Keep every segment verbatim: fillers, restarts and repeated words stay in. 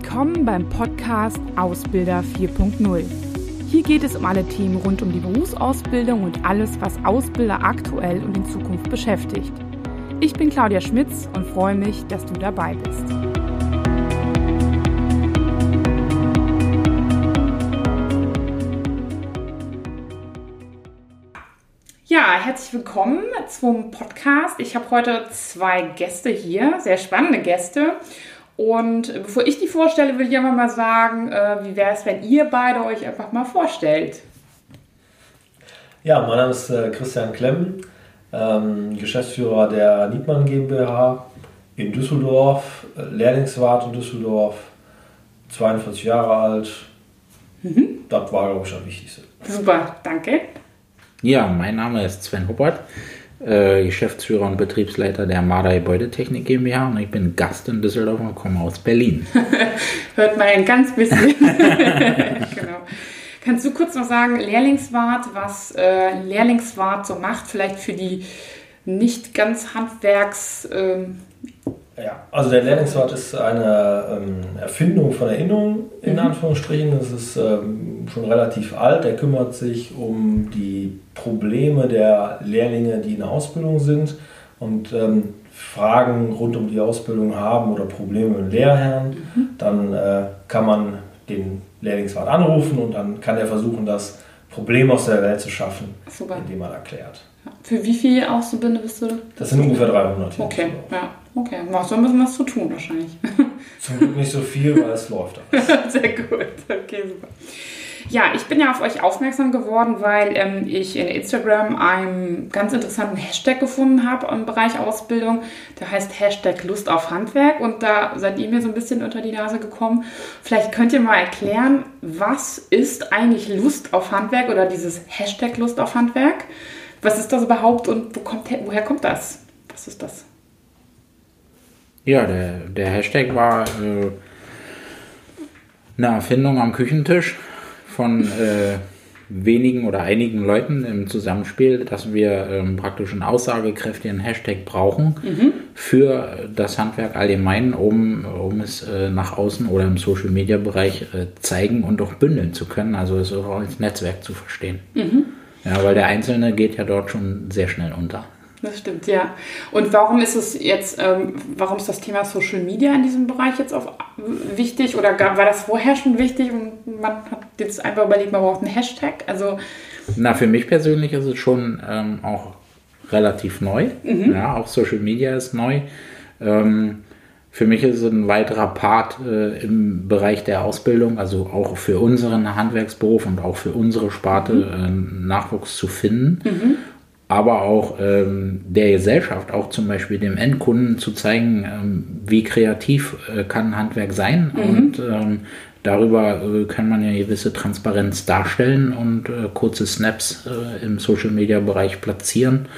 Willkommen beim Podcast Ausbilder vier Punkt null. Hier geht es um alle Themen rund um die Berufsausbildung und alles, was Ausbilder aktuell und in Zukunft beschäftigt. Ich bin Claudia Schmitz und freue mich, dass du dabei bist. Ja, herzlich willkommen zum Podcast. Ich habe heute zwei Gäste hier, sehr spannende Gäste. Und bevor ich die vorstelle, will ich einfach mal sagen, äh, wie wäre es, wenn ihr beide euch einfach mal vorstellt? Ja, mein Name ist äh, Christian Klemm, ähm, Geschäftsführer der Niedmann GmbH in Düsseldorf, äh, Lehrlingswart in Düsseldorf, zweiundvierzig Jahre alt. Mhm. Das war, glaube ich, das Wichtigste. Super, danke. Ja, mein Name ist Sven Huppert, äh, Geschäftsführer und Betriebsleiter der Marder Gebäudetechnik GmbH und ich bin Gast in Düsseldorf und komme aus Berlin. Hört mal ein ganz bisschen. Genau. Kannst du kurz noch sagen, Lehrlingswart, was äh, Lehrlingswart so macht, vielleicht für die nicht ganz Handwerks... Ähm ja, also der Lehrlingswart ist eine ähm, Erfindung von Erinnerung, in mhm. Anführungsstrichen. Das ist ähm, schon relativ alt. Der kümmert sich um die Probleme der Lehrlinge, die in der Ausbildung sind und ähm, Fragen rund um die Ausbildung haben oder Probleme mit Lehrherren. Mhm. Dann äh, kann man den Lehrlingswart anrufen und dann kann er versuchen, das Problem aus der Welt zu schaffen, Super. Indem er erklärt. Für wie viele Auszubildende bist du? Das sind ungefähr dreihundert. Hier okay, ja. Okay, machst du ein bisschen was zu tun wahrscheinlich. Zum Glück nicht so viel, weil es läuft alles. Sehr gut, okay, super. Ja, ich bin ja auf euch aufmerksam geworden, weil ähm, ich in Instagram einen ganz interessanten Hashtag gefunden habe im Bereich Ausbildung. Der heißt Hashtag Lust auf Handwerk und da seid ihr mir so ein bisschen unter die Nase gekommen. Vielleicht könnt ihr mal erklären, was ist eigentlich Lust auf Handwerk oder dieses Hashtag Lust auf Handwerk? Was ist das überhaupt und wo kommt, woher kommt das? Was ist das? Ja, der, der Hashtag war äh, eine Erfindung am Küchentisch von äh, wenigen oder einigen Leuten im Zusammenspiel, dass wir ähm, praktisch einen aussagekräftigen Hashtag brauchen mhm. für das Handwerk allgemein, um, um es äh, nach außen oder im Social-Media-Bereich äh, zeigen und auch bündeln zu können, also es auch als Netzwerk zu verstehen. Mhm. Ja, weil der Einzelne geht ja dort schon sehr schnell unter. Das stimmt, ja. Und warum ist es jetzt, ähm, warum ist das Thema Social Media in diesem Bereich jetzt auch wichtig oder war das vorher schon wichtig und man hat jetzt einfach überlegt, man braucht einen Hashtag? Also Na, für mich persönlich ist es schon ähm, auch relativ neu. Mhm. Ja, auch Social Media ist neu. Ähm, für mich ist es ein weiterer Part äh, im Bereich der Ausbildung, also auch für unseren Handwerksberuf und auch für unsere Sparte mhm. äh, Nachwuchs zu finden. Mhm. Aber auch ähm, der Gesellschaft, auch zum Beispiel dem Endkunden zu zeigen, ähm, wie kreativ äh, kann Handwerk sein. Mhm. Und ähm, darüber äh, kann man ja gewisse Transparenz darstellen und äh, kurze Snaps äh, im Social-Media-Bereich platzieren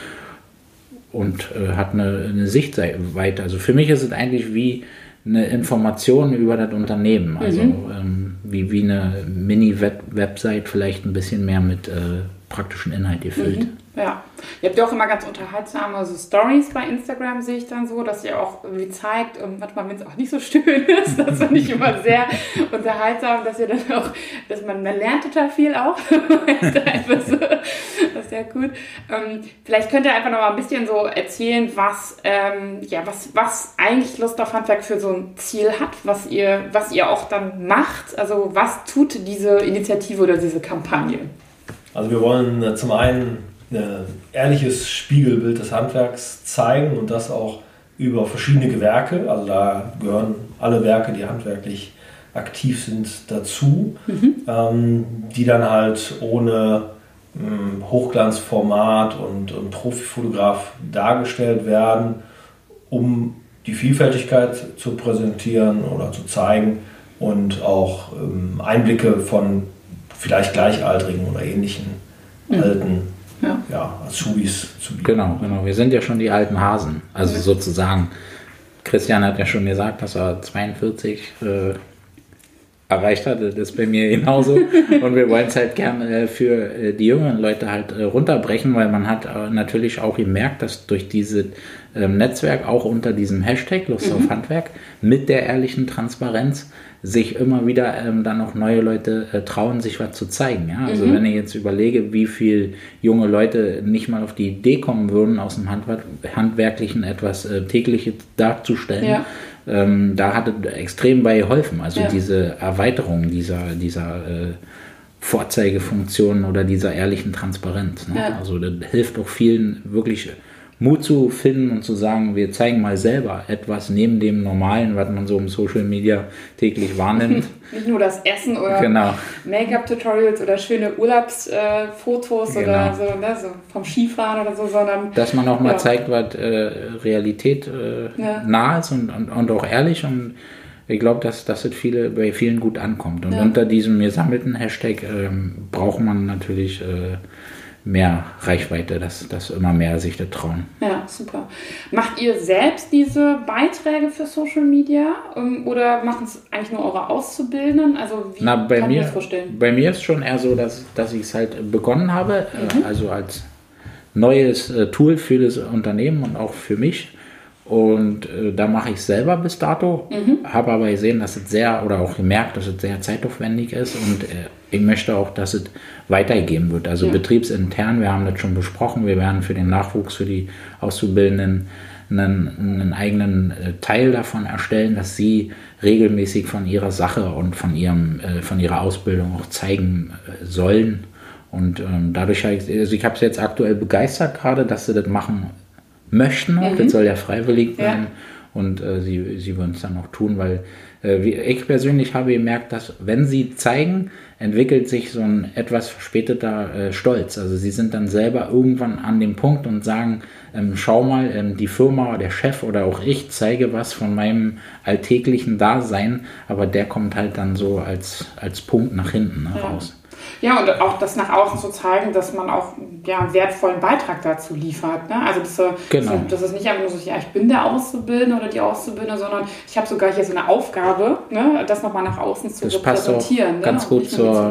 und äh, hat eine, eine Sichtweite. Also für mich ist es eigentlich wie eine Information über das Unternehmen. Also mhm. ähm, wie, wie eine Mini-Website vielleicht ein bisschen mehr mit äh, praktischen Inhalt gefüllt. Mhm. Ja, ihr habt ja auch immer ganz unterhaltsame so Stories bei Instagram, sehe ich dann so, dass ihr auch irgendwie zeigt, ähm, manchmal, wenn es auch nicht so schön ist, das finde ich immer sehr unterhaltsam, dass ihr dann auch, dass man, man lernt total viel auch. Das ist sehr gut. Ähm, vielleicht könnt ihr einfach noch mal ein bisschen so erzählen, was, ähm, ja, was, was eigentlich Lust auf Handwerk für so ein Ziel hat, was ihr, was ihr auch dann macht. Also was tut diese Initiative oder diese Kampagne? Also wir wollen äh, zum einen ein ehrliches Spiegelbild des Handwerks zeigen und das auch über verschiedene Gewerke. Also da gehören alle Werke, die handwerklich aktiv sind, dazu, mhm. ähm, die dann halt ohne ähm, Hochglanzformat und, und Profifotograf dargestellt werden, um die Vielfältigkeit zu präsentieren oder zu zeigen und auch ähm, Einblicke von vielleicht Gleichaltrigen oder ähnlichen mhm. alten Ja. ja, Azubis zu bieten. Genau, genau. Wir sind ja schon die alten Hasen. Also ja. sozusagen, Christian hat ja schon gesagt, dass er zweiundvierzig äh, erreicht hat. Das ist bei mir genauso. Und wir wollen es halt gerne äh, für äh, die jüngeren Leute halt äh, runterbrechen, weil man hat äh, natürlich auch gemerkt, dass durch dieses ähm, Netzwerk auch unter diesem Hashtag Lust mhm. auf Handwerk mit der ehrlichen Transparenz sich immer wieder ähm, dann auch neue Leute äh, trauen, sich was zu zeigen. Ja? Also mhm. wenn ich jetzt überlege, wie viele junge Leute nicht mal auf die Idee kommen würden, aus dem Handwer- Handwerklichen etwas äh, Tägliches darzustellen, ja. ähm, da hat es extrem bei geholfen. Also ja. diese Erweiterung dieser, dieser äh, Vorzeigefunktionen oder dieser ehrlichen Transparenz. Ne? Ja. Also das hilft auch vielen wirklich Mut zu finden und zu sagen, wir zeigen mal selber etwas neben dem Normalen, was man so im Social Media täglich wahrnimmt. Nicht nur das Essen oder genau. Make-up-Tutorials oder schöne Urlaubsfotos äh, genau. oder so, ne, so vom Skifahren oder so, sondern... Dass man auch mal ja. zeigt, was äh, Realität äh, ja. nah ist und, und, und auch ehrlich, und ich glaube, dass, dass das viele, bei vielen gut ankommt. Und ja. unter diesem gesammelten Hashtag ähm, braucht man natürlich... Äh, mehr Reichweite, dass, dass immer mehr sich da trauen. Ja, super. Macht ihr selbst diese Beiträge für Social Media ähm, oder machen es eigentlich nur eure Auszubildenden? Also wie Na, bei kann mir, ich das vorstellen? Bei mir ist schon eher so, dass, dass ich es halt begonnen habe, mhm. äh, also als neues äh, Tool für das Unternehmen und auch für mich. Und äh, da mache ich selber bis dato, mhm. habe aber gesehen, dass es sehr, oder auch gemerkt, dass es sehr zeitaufwendig ist, und äh, ich möchte auch, dass es weitergegeben wird. Also ja. betriebsintern, wir haben das schon besprochen, wir werden für den Nachwuchs, für die Auszubildenden einen, einen eigenen äh, Teil davon erstellen, dass sie regelmäßig von ihrer Sache und von, ihrem, äh, von ihrer Ausbildung auch zeigen äh, sollen. Und ähm, dadurch habe ich, also ich habe es jetzt aktuell begeistert gerade, dass sie das machen möchten auch, mhm. das soll ja freiwillig sein, ja. und äh, sie, sie würden es dann auch tun, weil äh, wie, ich persönlich habe gemerkt, dass wenn sie zeigen, entwickelt sich so ein etwas verspäteter äh, Stolz. Also sie sind dann selber irgendwann an dem Punkt und sagen, ähm, schau mal, ähm, die Firma, der Chef oder auch ich zeige was von meinem alltäglichen Dasein, aber der kommt halt dann so als, als Punkt nach hinten ne, ja. raus. Ja, und auch das nach außen zu zeigen, dass man auch ja, einen wertvollen Beitrag dazu liefert. Ne? Also das, genau. das ist nicht einfach nur so, ja, ich bin der Auszubildende oder die Auszubildende, sondern ich habe sogar hier so eine Aufgabe, ne, das nochmal nach außen zu das repräsentieren. Passt auch ganz ne? gut zur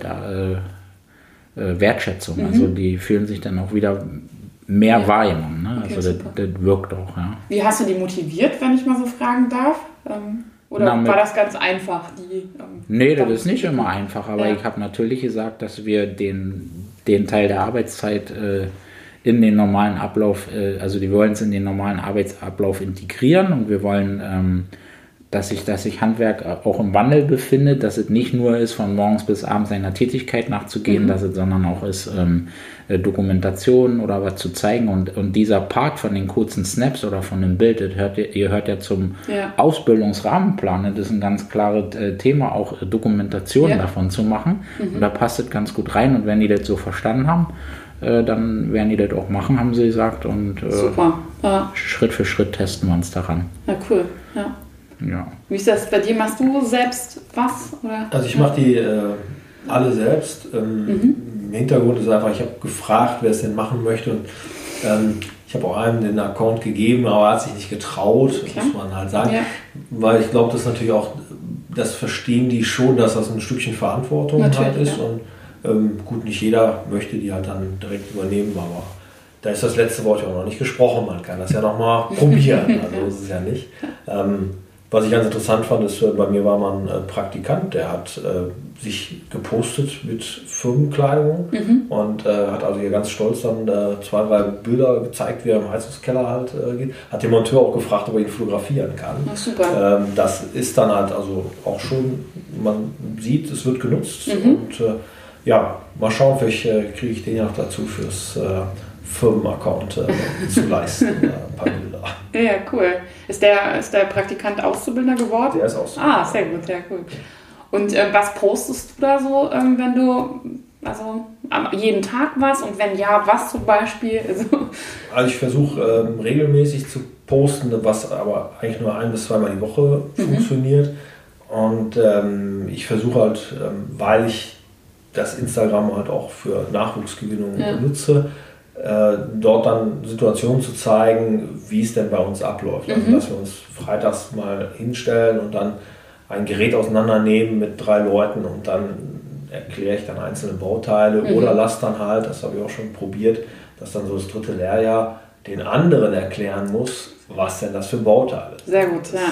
Mitarbeiter-Wertschätzung. Äh, äh, mhm. Also die fühlen sich dann auch wieder mehr ja. wahrgenommen. Ne? Okay, also das, das wirkt auch. Ja. Wie hast du die motiviert, wenn ich mal so fragen darf? Ähm Oder Na, war das ganz einfach? Die, ähm, nee, das ist nicht immer einfach, aber ja. ich habe natürlich gesagt, dass wir den, den Teil der Arbeitszeit äh, in den normalen Ablauf, äh, also die wollen es in den normalen Arbeitsablauf integrieren, und wir wollen, ähm, dass sich dass sich Handwerk auch im Wandel befindet, dass es nicht nur ist, von morgens bis abends einer Tätigkeit nachzugehen, mhm. dass es, sondern auch ist, ähm, Dokumentation oder was zu zeigen, und, und dieser Part von den kurzen Snaps oder von dem Bild, das hört ihr, ihr hört ja zum ja. Ausbildungsrahmenplan, das ist ein ganz klares äh, Thema, auch äh, Dokumentation ja. davon zu machen, mhm. und da passt es ganz gut rein, und wenn die das so verstanden haben, äh, dann werden die das auch machen, haben sie gesagt, und äh, super. Ja. Schritt für Schritt testen wir uns daran. Ja, cool. Ja. Ja. Wie ist das bei dir? Machst du selbst was? Oder? Also ich mache die äh, alle selbst. Ähm, mhm. Im Hintergrund ist einfach, ich habe gefragt, wer es denn machen möchte, und ähm, ich habe auch einem den Account gegeben, aber er hat sich nicht getraut, okay. muss man halt sagen. Ja. Weil ich glaube, das natürlich auch, das verstehen die schon, dass das ein Stückchen Verantwortung natürlich, halt ist. Ja. Und ähm, gut, nicht jeder möchte die halt dann direkt übernehmen, aber da ist das letzte Wort ja auch noch nicht gesprochen. Man kann das ja nochmal probieren, also ist es ja nicht. Ähm, Was ich ganz interessant fand, ist, bei mir war mal ein Praktikant, der hat äh, sich gepostet mit Firmenkleidung mhm. und äh, hat also hier ganz stolz dann äh, zwei, drei Bilder gezeigt, wie er im Heizungskeller halt äh, geht. Hat den Monteur auch gefragt, ob er ihn fotografieren kann. Ach, super. Ähm, das ist dann halt also auch schon, man sieht, es wird genutzt mhm. und äh, ja, mal schauen, vielleicht äh, kriege ich den ja noch dazu fürs äh, Firmenaccount äh, zu leisten. äh, ein paar Bilder. Ja, cool. Ist der, ist der Praktikant Auszubildender geworden? Der ist Auszubildender. Ah, sehr gut, sehr cool. Und äh, was postest du da so, ähm, wenn du, also jeden Tag was, und wenn ja, was zum Beispiel? Also, also ich versuche ähm, regelmäßig zu posten, was aber eigentlich nur ein bis zweimal die Woche mhm. funktioniert. Und ähm, ich versuche halt, ähm, weil ich das Instagram halt auch für Nachwuchsgewinnung ja. benutze, äh, dort dann Situationen zu zeigen, wie es denn bei uns abläuft. Also, mhm. dass wir uns freitags mal hinstellen und dann ein Gerät auseinandernehmen mit drei Leuten, und dann erkläre ich dann einzelne Bauteile mhm. oder lasse dann halt, das habe ich auch schon probiert, dass dann so das dritte Lehrjahr den anderen erklären muss, was denn das für ein Bauteil ist. Sehr gut, das ja.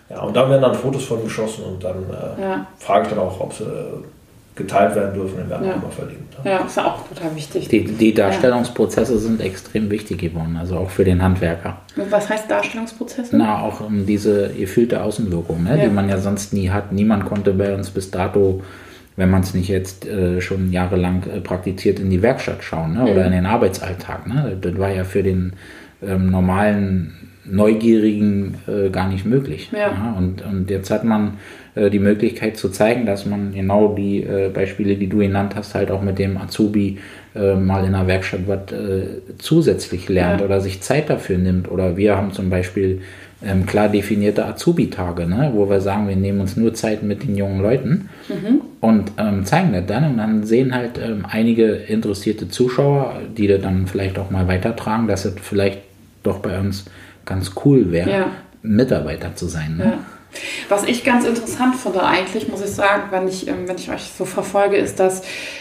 Ja, und da werden dann Fotos von geschossen und dann äh, ja. frage ich dann auch, ob sie äh, geteilt werden dürfen, dann werden ja. auch immer verlinkt. Ja. ja, ist ja auch total wichtig. Die, die Darstellungsprozesse ja. sind extrem wichtig geworden, also auch für den Handwerker. Was heißt Darstellungsprozesse? Na, auch um diese gefühlte Außenwirkung, ne, ja. die man ja sonst nie hat. Niemand konnte bei uns bis dato, wenn man es nicht jetzt äh, schon jahrelang äh, praktiziert, in die Werkstatt schauen, ne, mhm. oder in den Arbeitsalltag. Ne? Das war ja für den ähm, normalen Neugierigen äh, gar nicht möglich. Ja. Ja? Und, und jetzt hat man äh, die Möglichkeit zu zeigen, dass man genau die äh, Beispiele, die du genannt hast, halt auch mit dem Azubi äh, mal in der Werkstatt was äh, zusätzlich lernt ja. oder sich Zeit dafür nimmt. Oder wir haben zum Beispiel ähm, klar definierte Azubi-Tage, ne? wo wir sagen, wir nehmen uns nur Zeit mit den jungen Leuten mhm. und ähm, zeigen das dann. Und dann sehen halt ähm, einige interessierte Zuschauer, die das dann vielleicht auch mal weitertragen, dass es vielleicht doch bei uns ganz cool wäre, ja. Mitarbeiter zu sein. Ne? Ja. Was ich ganz interessant finde eigentlich, muss ich sagen, wenn ich, wenn ich euch so verfolge, ist, dass,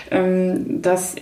dass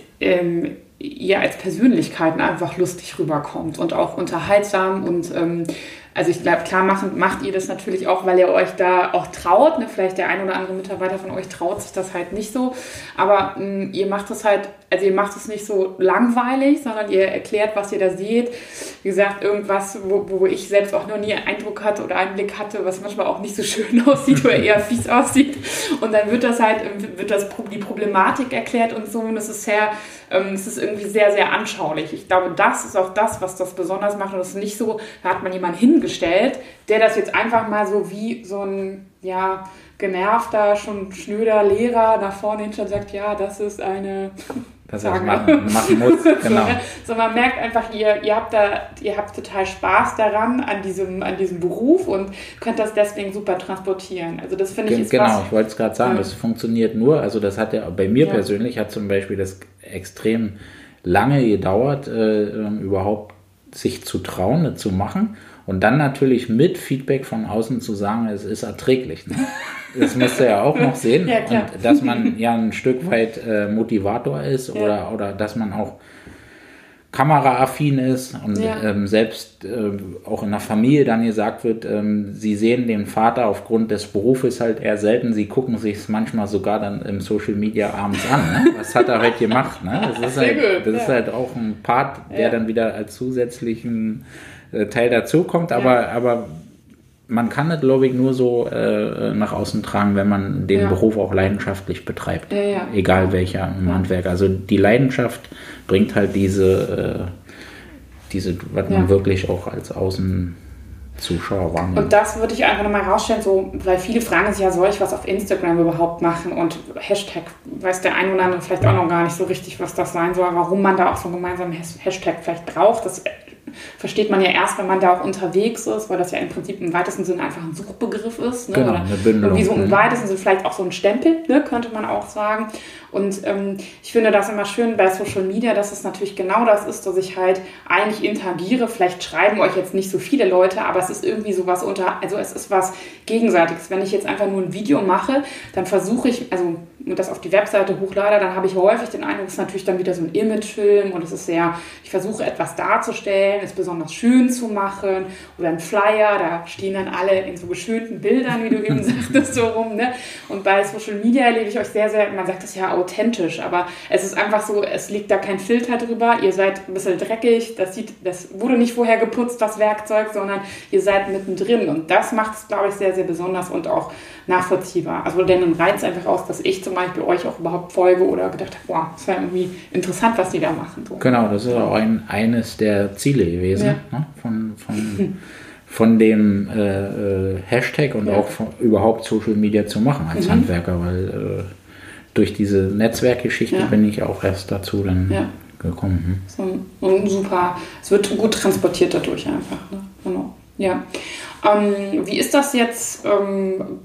ihr als Persönlichkeiten einfach lustig rüberkommt und auch unterhaltsam und also ich glaube, klar macht, macht ihr das natürlich auch, weil ihr euch da auch traut. Ne? Vielleicht der ein oder andere Mitarbeiter von euch traut sich das halt nicht so. Aber mh, ihr macht es halt, also ihr macht es nicht so langweilig, sondern ihr erklärt, was ihr da seht. Wie gesagt, irgendwas, wo, wo ich selbst auch noch nie einen Eindruck hatte oder einen Blick hatte, was manchmal auch nicht so schön aussieht oder eher fies aussieht. Und dann wird das halt, wird das die Problematik erklärt und so. Und es ist sehr, ähm, es ist irgendwie sehr, sehr anschaulich. Ich glaube, das ist auch das, was das besonders macht. Und es ist nicht so, da hat man jemanden hingestellt, gestellt, der das jetzt einfach mal so wie so ein ja, genervter, schon schnöder Lehrer nach vorne hinstellt und sagt, ja, das ist eine... Das er machen, machen muss, genau. So, so, man merkt einfach, ihr, ihr, habt da, ihr habt total Spaß daran, an diesem, an diesem Beruf und könnt das deswegen super transportieren. Also das finde ich ist Genau, was, ich wollte es gerade sagen, ja. das funktioniert nur, also das hat ja, bei mir ja. persönlich hat zum Beispiel das extrem lange gedauert, äh, überhaupt sich zu trauen, das zu machen. Und dann natürlich mit Feedback von außen zu sagen, es ist erträglich. Ne? Das müsst ihr ja auch noch sehen. Ja, klar. Und dass man ja ein Stück weit äh, Motivator ist ja. oder, oder dass man auch kameraaffin ist und ja. ähm, selbst äh, auch in der Familie dann gesagt wird, ähm, sie sehen den Vater aufgrund des Berufes halt eher selten, sie gucken sich es manchmal sogar dann im Social Media abends an. Ne? Was hat er heute gemacht? Ne? Das ist, halt, das ja. ist halt auch ein Part, der ja. dann wieder als zusätzlichen Teil dazu kommt, aber, ja. aber man kann das, glaube ich, nur so äh, nach außen tragen, wenn man den ja. Beruf auch leidenschaftlich betreibt. Ja, ja. Egal welcher im ja. Handwerk. Also die Leidenschaft bringt halt diese, äh, diese was ja. man wirklich auch als Außenzuschauer wahrnimmt. Und das würde ich einfach nochmal rausstellen, so, weil viele fragen sich ja, soll ich was auf Instagram überhaupt machen und Hashtag, weiß der ein oder andere vielleicht auch noch gar nicht so richtig, was das sein soll, warum man da auch so einen gemeinsamen Hashtag vielleicht braucht. Das versteht man ja erst, wenn man da auch unterwegs ist, weil das ja im Prinzip im weitesten Sinne einfach ein Suchbegriff ist. Ne? Genau, Oder eine Bündelung. wie so im weitesten Sinne vielleicht auch so ein Stempel, ne? Könnte man auch sagen. Und ähm, ich finde das immer schön bei Social Media, dass es natürlich genau das ist, dass ich halt eigentlich interagiere. Vielleicht schreiben euch jetzt nicht so viele Leute, aber es ist irgendwie sowas unter, also es ist was Gegenseitiges. Wenn ich jetzt einfach nur ein Video mache, dann versuche ich, also das auf die Webseite hochlade, dann habe ich häufig den Eindruck, es ist natürlich dann wieder so ein Imagefilm und es ist sehr, ich versuche etwas darzustellen, es besonders schön zu machen oder ein Flyer, da stehen dann alle in so geschönten Bildern, wie du eben sagtest, so rum. Ne? Und bei Social Media erlebe ich euch sehr, sehr, man sagt das ja authentisch, aber es ist einfach so, es liegt da kein Filter drüber, ihr seid ein bisschen dreckig, das sieht, das wurde nicht vorher geputzt, das Werkzeug, sondern ihr seid mittendrin und das macht es, glaube ich, sehr, sehr besonders und auch nachvollziehbar. Also denn reizt einfach aus, dass ich zum Beispiel euch auch überhaupt folge oder gedacht habe, wow, das war irgendwie interessant, was die da machen. So. Genau, das ist auch ein, eines der Ziele gewesen, ja. ne? von, von, von dem äh, Hashtag und ja. auch von, überhaupt Social Media zu machen als mhm. Handwerker, weil äh, durch diese Netzwerkgeschichte ja. bin ich auch erst dazu dann ja. gekommen. Hm. So, und super, es wird gut transportiert dadurch einfach. Ne? Genau. Ja. Ähm, wie ist das jetzt, ähm,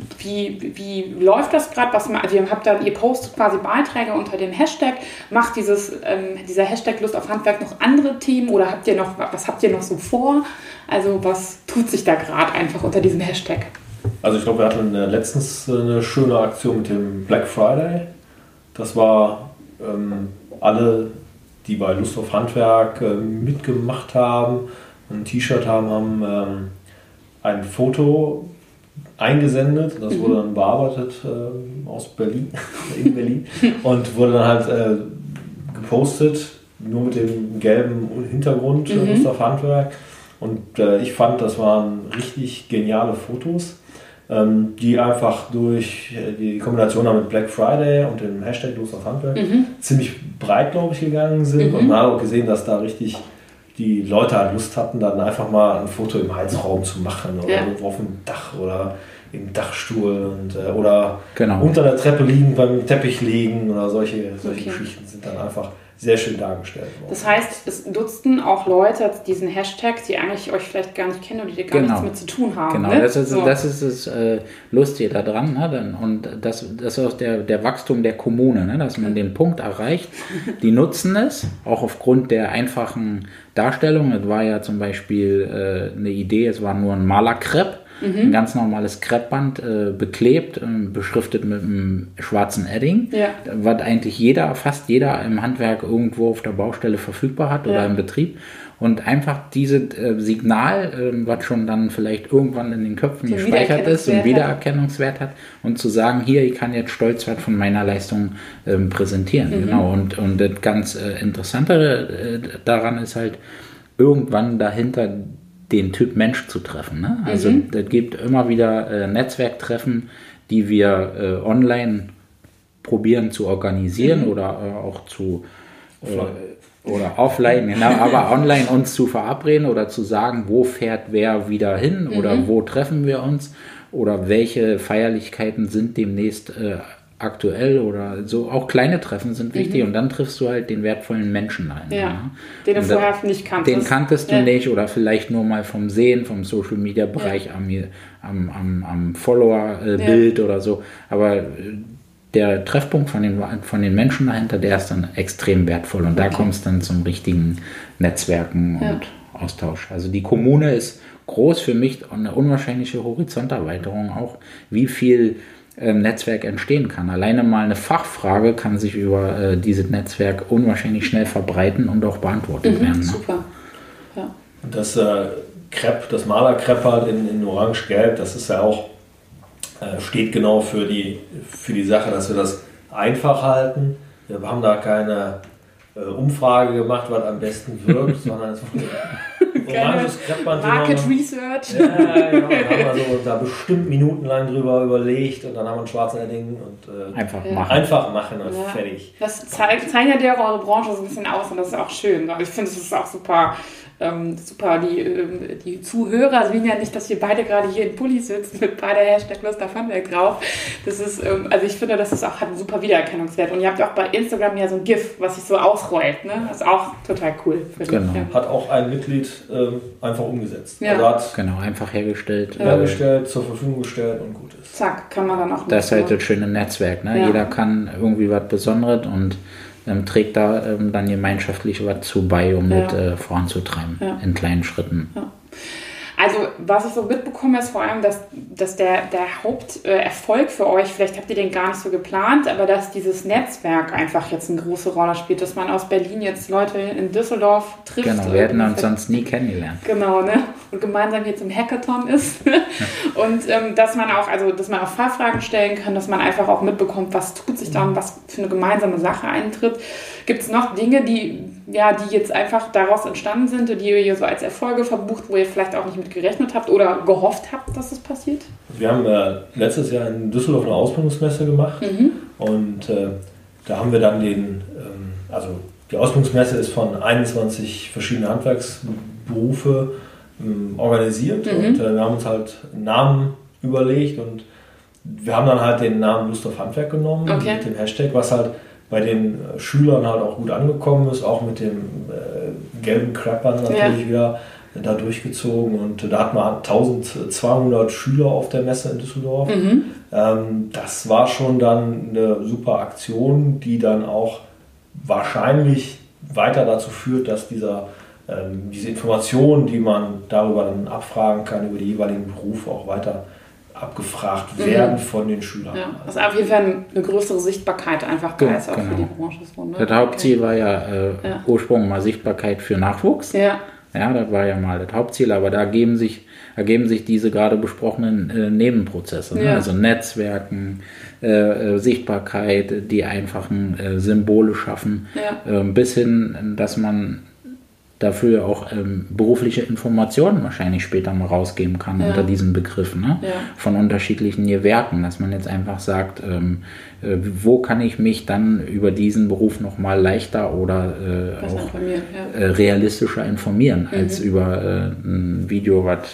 wie, wie läuft das gerade? Also ihr habt dann, ihr postet quasi Beiträge unter dem Hashtag, macht dieses, ähm, dieser Hashtag Lust auf Handwerk noch andere Themen oder habt ihr noch, was habt ihr noch so vor? Also was tut sich da gerade einfach unter diesem Hashtag? Also ich glaube, wir hatten letztens eine schöne Aktion mit dem Black Friday. Das war ähm, alle, die bei Lust auf Handwerk äh, mitgemacht haben, ein T-Shirt haben, haben ähm, ein Foto eingesendet. Das wurde dann bearbeitet äh, aus Berlin, in Berlin und wurde dann halt äh, gepostet, nur mit dem gelben Hintergrund, mhm. Gustav Handwerk. Und äh, ich fand, das waren richtig geniale Fotos, ähm, die einfach durch die Kombination mit Black Friday und dem Hashtag Gustav Handwerk mhm. ziemlich breit, glaube ich, gegangen sind. Mhm. Und man hat auch gesehen, dass da richtig die Leute halt Lust hatten, dann einfach mal ein Foto im Heizraum zu machen oder ja. irgendwo auf dem Dach oder im Dachstuhl und, äh, oder genau. unter der Treppe liegen, beim Teppich liegen oder solche, solche okay. Geschichten sind dann einfach sehr schön dargestellt worden. Das heißt, es nutzten auch Leute diesen Hashtag, die eigentlich euch vielleicht gar nicht kennen oder die gar genau. nichts mit zu tun haben. Genau, ne? das ist so. das, ist das äh, Lustige daran. Ne? Und das, das ist auch der, der Wachstum der Kommune, ne? Dass man den Punkt erreicht. Die nutzen es, auch aufgrund der einfachen Darstellung. Es war ja zum Beispiel äh, eine Idee, es war nur ein Malerkrepp. Mhm. Ein ganz normales Kreppband, äh, beklebt, äh, beschriftet mit einem schwarzen Edding, ja. was eigentlich jeder, fast jeder im Handwerk irgendwo auf der Baustelle verfügbar hat oder ja. im Betrieb. Und einfach dieses äh, Signal, äh, was schon dann vielleicht irgendwann in den Köpfen so gespeichert ist und Wiedererkennungswert hat, und zu sagen, hier, ich kann jetzt stolz was von meiner Leistung äh, präsentieren. Mhm. Genau. Und, und das ganz äh, Interessante äh, daran ist halt, irgendwann dahinter den Typ Mensch zu treffen. Ne? Also es mhm. gibt immer wieder äh, Netzwerktreffen, die wir äh, online probieren zu organisieren mhm. oder äh, auch zu äh, oder offline, genau, aber online uns zu verabreden oder zu sagen, wo fährt wer wieder hin mhm. oder wo treffen wir uns oder welche Feierlichkeiten sind demnächst äh, aktuell oder so. Auch kleine Treffen sind wichtig mhm. und dann triffst du halt den wertvollen Menschen ein. Ja, ja. Den du vorher nicht kanntest. Den kanntest du ja. nicht oder vielleicht nur mal vom Sehen, vom Social Media Bereich ja. am, am, am, am Follower-Bild ja. oder so. Aber der Treffpunkt von den, von den Menschen dahinter, der ist dann extrem wertvoll und okay. da kommt es dann zum richtigen Netzwerken und ja. Austausch. Also die Kommune ist groß, für mich eine unwahrscheinliche Horizonterweiterung auch, wie viel Netzwerk entstehen kann. Alleine mal eine Fachfrage kann sich über äh, dieses Netzwerk unwahrscheinlich schnell verbreiten und auch beantwortet mhm, werden. Ne? Super. Ja. Und das äh, Crepe, das Malerkrepp halt in, in Orange-Gelb, das ist ja auch, äh, steht genau für die, für die Sache, dass wir das einfach halten. Wir haben da keine äh, Umfrage gemacht, was am besten wirkt, sondern es wurde oranges Kreppband. Market Research. Ja, ja, genau. Dann haben wir so da bestimmt minutenlang drüber überlegt und dann haben wir einen schwarzen Edding und äh, einfach ja. machen. Einfach machen und ja. fertig. Das zeigt, zeichnet ja auch eure Branche so ein bisschen aus und das ist auch schön. Ich finde, es ist auch super. Ähm, super, die, ähm, die Zuhörer sehen ja nicht, dass wir beide gerade hier in Pullis sitzen mit beide Hashtag Gustav Handwerk drauf. Das ist, ähm, also ich finde, das ist auch, hat einen super Wiedererkennungswert. Und ihr habt auch bei Instagram ja so ein GIF, was sich so ausrollt. Ne? Das ist auch total cool. Genau. Ja. Hat auch ein Mitglied ähm, einfach umgesetzt. Ja. Also hat genau, einfach hergestellt. Hergestellt, äh, zur Verfügung gestellt und gut ist. Zack, kann man dann auch. Das ist halt das schöne Netzwerk. Ne? Ja. Jeder kann irgendwie was Besonderes und Ähm, trägt da ähm, dann gemeinschaftlich was zu bei, um ja. das äh, voranzutreiben, ja. in kleinen Schritten. Ja. Also was ich so mitbekomme, ist vor allem, dass, dass der, der Haupterfolg äh, für euch, vielleicht habt ihr den gar nicht so geplant, aber dass dieses Netzwerk einfach jetzt eine große Rolle spielt, dass man aus Berlin jetzt Leute in Düsseldorf trifft. Genau, wir hätten uns sonst nie kennengelernt. Genau, ne? Und gemeinsam jetzt im Hackathon ist. Und ähm, dass man auch, also dass man auch Fachfragen stellen kann, dass man einfach auch mitbekommt, was tut sich da und was für eine gemeinsame Sache eintritt. Gibt es noch Dinge, die, ja, die jetzt einfach daraus entstanden sind, die ihr so als Erfolge verbucht, wo ihr vielleicht auch nicht mit gerechnet habt oder gehofft habt, dass es passiert? Wir haben äh, letztes Jahr in Düsseldorf eine Ausbildungsmesse gemacht mhm. und äh, da haben wir dann den, ähm, also die Ausbildungsmesse ist von einundzwanzig verschiedenen Handwerksberufe ähm, organisiert mhm. und äh, wir haben uns halt einen Namen überlegt und wir haben dann halt den Namen Lust auf Handwerk genommen okay. mit dem Hashtag, was halt bei den Schülern halt auch gut angekommen ist, auch mit dem äh, gelben Kreppern natürlich ja. wieder da durchgezogen und da hatten wir eintausendzweihundert Schüler auf der Messe in Düsseldorf. Mhm. Ähm, das war schon dann eine super Aktion, die dann auch wahrscheinlich weiter dazu führt, dass dieser, ähm, diese Informationen, die man darüber dann abfragen kann, über die jeweiligen Berufe auch weiter abgefragt werden mhm. von den Schülern. Ja, also auf jeden Fall eine größere Sichtbarkeit einfach da ist, auch genau. für die Branche. So, ne? Das Hauptziel war ja, äh, ja. ursprünglich mal Sichtbarkeit für Nachwuchs. Ja. Ja, das war ja mal das Hauptziel, aber da ergeben sich, ergeben sich diese gerade besprochenen äh, Nebenprozesse. Ne? Ja. Also Netzwerken, äh, Sichtbarkeit, die einfachen äh, Symbole schaffen, Ja. äh, bis hin, dass man dafür auch ähm, berufliche Informationen wahrscheinlich später mal rausgeben kann Ja. unter diesen Begriffen, ne? Ja. Von unterschiedlichen Gewerken, dass man jetzt einfach sagt, ähm, äh, wo kann ich mich dann über diesen Beruf nochmal leichter oder äh, Was auch informieren, ja. äh, realistischer informieren, Mhm. als über äh, ein Video, was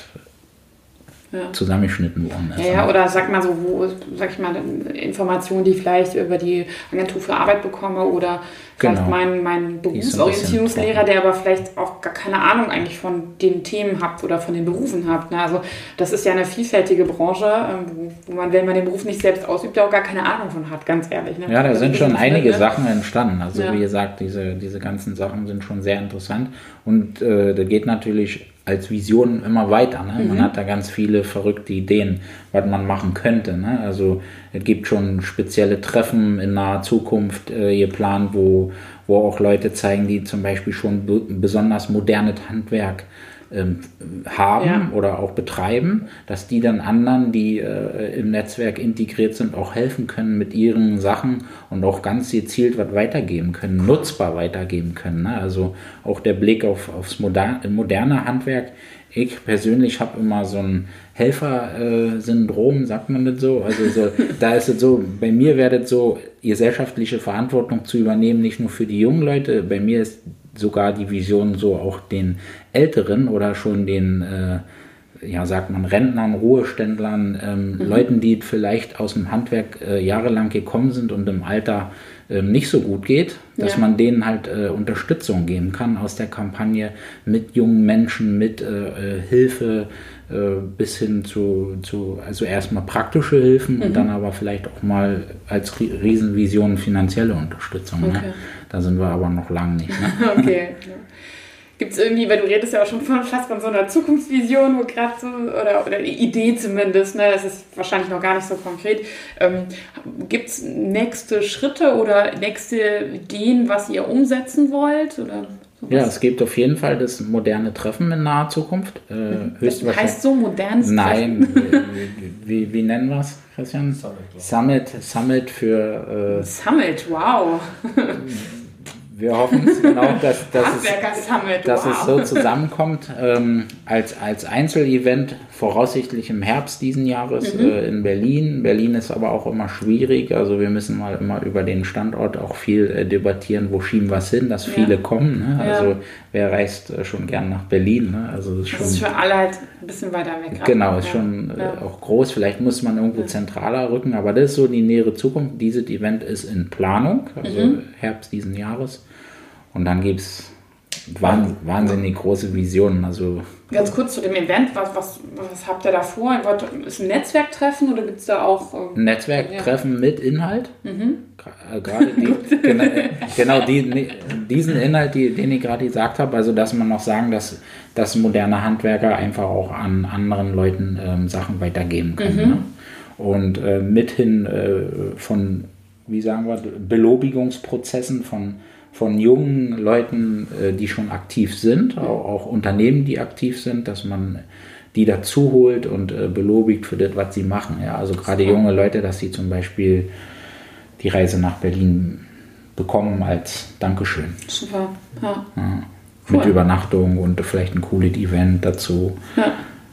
Ja. zusammengeschnitten worden ist. Ja, ja, ne? oder sag mal so, wo, sag ich mal, Informationen, die ich vielleicht über die Agentur für Arbeit bekomme oder vielleicht Genau. mein, mein Die ist so ein bisschen Berufsorientierungslehrer, trocken. der aber vielleicht auch gar keine Ahnung eigentlich von den Themen hat oder von den Berufen hat. Ne? Also das ist ja eine vielfältige Branche, ähm, wo, wo man, wenn man den Beruf nicht selbst ausübt, auch gar keine Ahnung von hat, ganz ehrlich. Ne? Ja, da Also sind das schon ist einige ne? Sachen entstanden. Also Ja. wie gesagt, diese, diese ganzen Sachen sind schon sehr interessant. Und äh, da geht natürlich als Vision immer weiter. Ne? Man Mhm. hat da ganz viele verrückte Ideen, was man machen könnte. Ne? Also es gibt schon spezielle Treffen in naher Zukunft äh, geplant, wo, wo auch Leute zeigen, die zum Beispiel schon be besonders modernes Handwerk ähm, haben Ja. oder auch betreiben, dass die dann anderen, die äh, im Netzwerk integriert sind, auch helfen können mit ihren Sachen und auch ganz gezielt was weitergeben können, nutzbar weitergeben können. Ne? Also auch der Blick auf, aufs moder moderne Handwerk. Ich persönlich habe immer so ein Helfer-Syndrom, sagt man das so? Also so, da ist es so, bei mir wäre das so, gesellschaftliche Verantwortung zu übernehmen, nicht nur für die jungen Leute, bei mir ist sogar die Vision so auch den Älteren oder schon den, äh, ja sagt man, Rentnern, Ruheständlern, ähm, mhm. Leuten, die vielleicht aus dem Handwerk äh, jahrelang gekommen sind und im Alter äh, nicht so gut geht, dass Ja. man denen halt äh, Unterstützung geben kann aus der Kampagne mit jungen Menschen, mit äh, Hilfe äh, bis hin zu, zu also erstmal praktische Hilfen Mhm. und dann aber vielleicht auch mal als Rie- Riesenvision finanzielle Unterstützung. Okay. Ne? Da sind wir aber noch lange nicht. Ne? Okay. Ja. Gibt es irgendwie, weil du redest ja auch schon von fast von so einer Zukunftsvision, wo gerade so, oder, oder eine Idee zumindest, ne, es ist wahrscheinlich noch gar nicht so konkret. Ähm, Gibt es nächste Schritte oder nächste Ideen, was ihr umsetzen wollt? Oder sowas? Ja, es gibt auf jeden Fall das moderne Treffen in naher Zukunft. Äh, Das höchstwahrscheinlich. heißt so modernes Nein, wie, wie, wie nennen wir es, Christian? Summit, glaub ich. Summit, Summit für. Äh, Summit, wow. wir hoffen es genau, dass, dass, es, Handwerker Summit, dass wow. es so zusammenkommt. Ähm, als, als Einzelevent, voraussichtlich im Herbst diesen Jahres Mhm. äh, in Berlin. Berlin ist aber auch immer schwierig. Also wir müssen mal immer über den Standort auch viel äh, debattieren, wo schieben wir es hin, dass Ja. viele kommen. Ne? Ja. Also wer reist äh, schon gern nach Berlin? Ne? Also das ist schon. Das ist für alle halt ein bisschen weiter weg. Genau, ist Ja. schon äh, Ja. auch groß. Vielleicht muss man irgendwo Ja. zentraler rücken, aber das ist so die nähere Zukunft. Dieses Event ist in Planung, also Mhm. Herbst diesen Jahres. Und dann gibt es wahnsinnig große Visionen. Also Ganz kurz zu dem Event, was, was, was habt ihr da vor? Wollt- Ist ein Netzwerktreffen oder gibt es da auch... ein ähm, Netzwerktreffen mit Inhalt. Mhm. Gra- äh, Gerade die, genau, äh, genau die, ne- diesen Inhalt, die, den ich gerade gesagt habe, also dass man noch sagen, dass, dass moderne Handwerker einfach auch an anderen Leuten ähm, Sachen weitergeben können. Mhm. Ne? Und äh, mithin äh, von, wie sagen wir, Belobigungsprozessen von, von jungen Leuten, äh, die schon aktiv sind, auch, auch Unternehmen, die aktiv sind, dass man die dazu holt und äh, belobigt für das, was sie machen. Ja? Also gerade junge Leute, dass sie zum Beispiel die Reise nach Berlin bekommen als Dankeschön. Super. Ja. Ja. Cool. Mit Übernachtung und vielleicht ein cooles Event dazu. Ja.